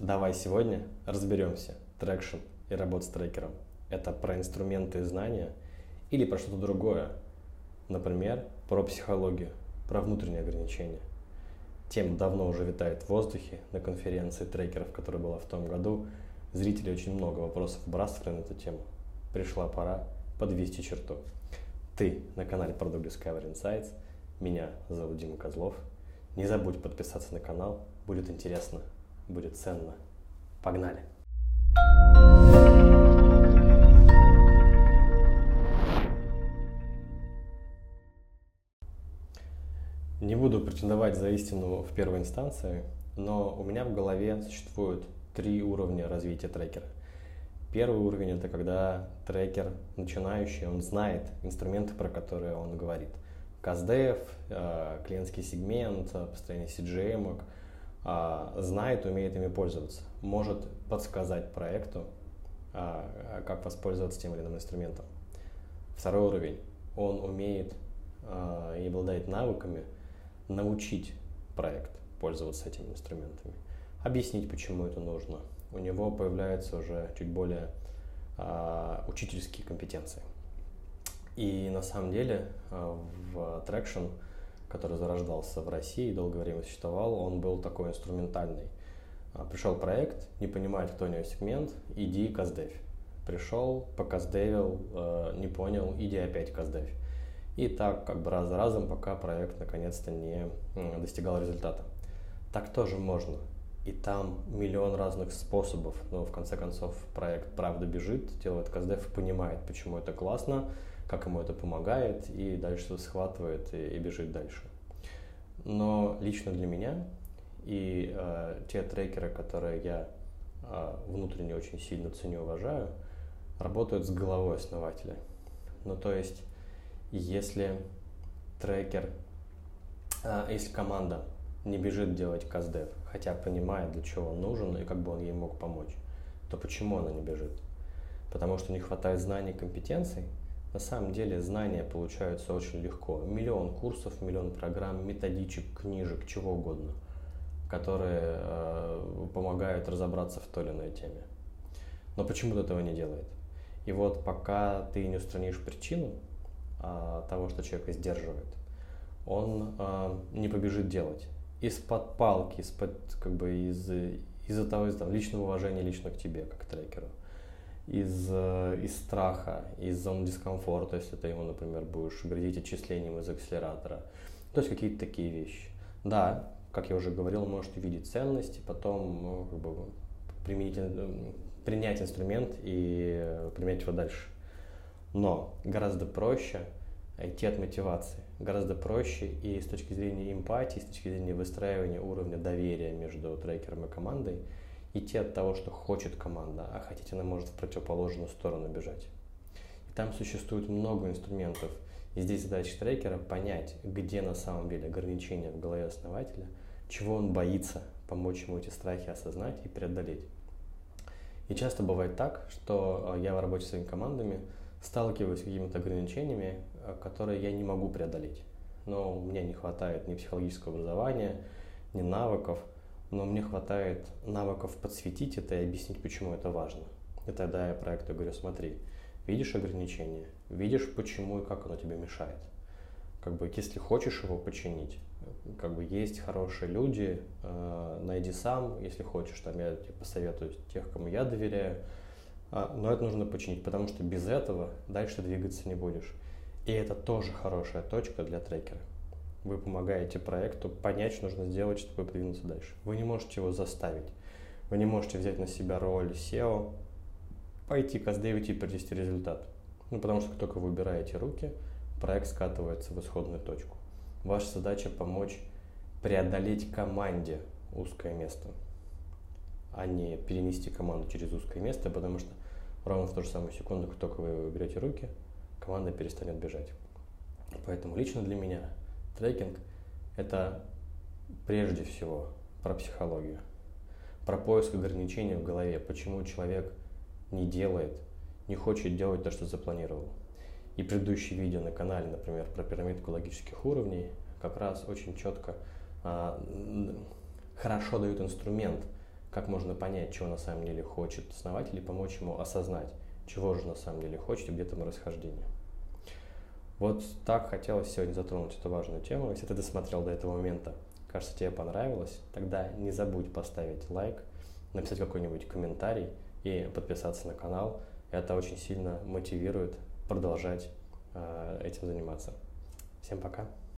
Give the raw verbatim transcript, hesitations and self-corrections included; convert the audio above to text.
Давай сегодня разберемся. Трекшн и работа с трекером. Это про инструменты и знания или про что-то другое? Например, про психологию, про внутренние ограничения. Тема давно уже витает в воздухе на конференции трекеров, которая была в том году. Зрители очень много вопросов бросали на эту тему. Пришла пора подвести черту. Ты на канале Product Discovery Insights. Меня зовут Дима Козлов. Не забудь подписаться на канал. Будет интересно, будет ценно. Погнали! Не буду претендовать за истину в первой инстанции, но у меня в голове существует три уровня развития трекера. Первый уровень — это когда трекер начинающий, он знает инструменты, про которые он говорит. Каздев, клиентский сегмент, построение си джи эм, знает, умеет ими пользоваться, может подсказать проекту, как воспользоваться тем или иным инструментом. Второй уровень — он умеет и обладает навыками научить проект пользоваться этими инструментами, объяснить, почему это нужно. У него появляются уже чуть более а, учительские компетенции. И на самом деле а, в Traction, который зарождался в России, долгое время существовал, он был такой инструментальный. А, пришел проект, не понимает, кто у него сегмент, иди каздев. Пришел, показдевил, а, не понял, иди опять каздев. И так как бы раз за разом, пока проект наконец-то не достигал результата. Так тоже можно. И там миллион разных способов, но в конце концов проект правда бежит, делает каздев, понимает, почему это классно, как ему это помогает, и дальше схватывает и, и бежит дальше. Но лично для меня и э, те трекеры, которые я э, внутренне очень сильно ценю и уважаю, работают с головой основателя. Ну то есть, если трекер, э, если команда не бежит делать каздев, хотя понимает, для чего он нужен и как бы он ей мог помочь, то почему она не бежит? Потому что не хватает знаний и компетенций. На самом деле знания получаются очень легко. Миллион курсов, миллион программ, методичек, книжек, чего угодно, которые э, помогают разобраться в той или иной теме. Но почему-то этого не делает. И вот пока ты не устранишь причину э, того, что человека сдерживает, он э, не побежит делать. Из-под палки, из-под, как бы, из, из-за того, из-за личного уважения лично к тебе, как к трекеру, из, из страха, из зоны дискомфорта, если ты ему, например, будешь грозить отчислением из акселератора. То есть какие-то такие вещи. Да, как я уже говорил, он может увидеть ценность, и потом ну, как бы, применить, принять инструмент и применять его дальше. Но гораздо проще идти от мотивации. Гораздо проще и с точки зрения эмпатии, с точки зрения выстраивания уровня доверия между трекером и командой, идти от того, что хочет команда, а хотеть она может в противоположную сторону бежать. И там существует много инструментов. И здесь задача трекера понять, где на самом деле ограничения в голове основателя, чего он боится, помочь ему эти страхи осознать и преодолеть. И часто бывает так, что я в работе с своими командами сталкиваюсь с какими-то ограничениями, которые я не могу преодолеть. Но у меня не хватает ни психологического образования, ни навыков, но мне хватает навыков подсветить это и объяснить, почему это важно. И тогда я проекту говорю: смотри, видишь ограничение, видишь, почему и как оно тебе мешает. Как бы, если хочешь его починить, как бы есть хорошие люди, э, найди сам, если хочешь, там я тебе посоветую тех, кому я доверяю. Но это нужно починить, потому что без этого дальше двигаться не будешь. И это тоже хорошая точка для трекера. Вы помогаете проекту понять, что нужно сделать, чтобы продвинуться дальше. Вы не можете его заставить. Вы не можете взять на себя роль сео, пойти каздевить и привести результат. Ну, потому что как только вы убираете руки, проект скатывается в исходную точку. Ваша задача помочь преодолеть команде узкое место, а не перенести команду через узкое место, потому что ровно в ту же самую секунду, как только вы берете руки, команда перестанет бежать. Поэтому лично для меня трекинг — это прежде всего про психологию, про поиск ограничений в голове, почему человек не делает, не хочет делать то, что запланировал. И предыдущее видео на канале, например, про пирамидку логических уровней, как раз очень четко, а, хорошо дают инструмент, как можно понять, чего на самом деле хочет основатель, и помочь ему осознать, чего же на самом деле хочет и где там расхождение. Вот так хотелось сегодня затронуть эту важную тему. Если ты досмотрел до этого момента, кажется, тебе понравилось, тогда не забудь поставить лайк, написать какой-нибудь комментарий и подписаться на канал. Это очень сильно мотивирует продолжать э, этим заниматься. Всем пока!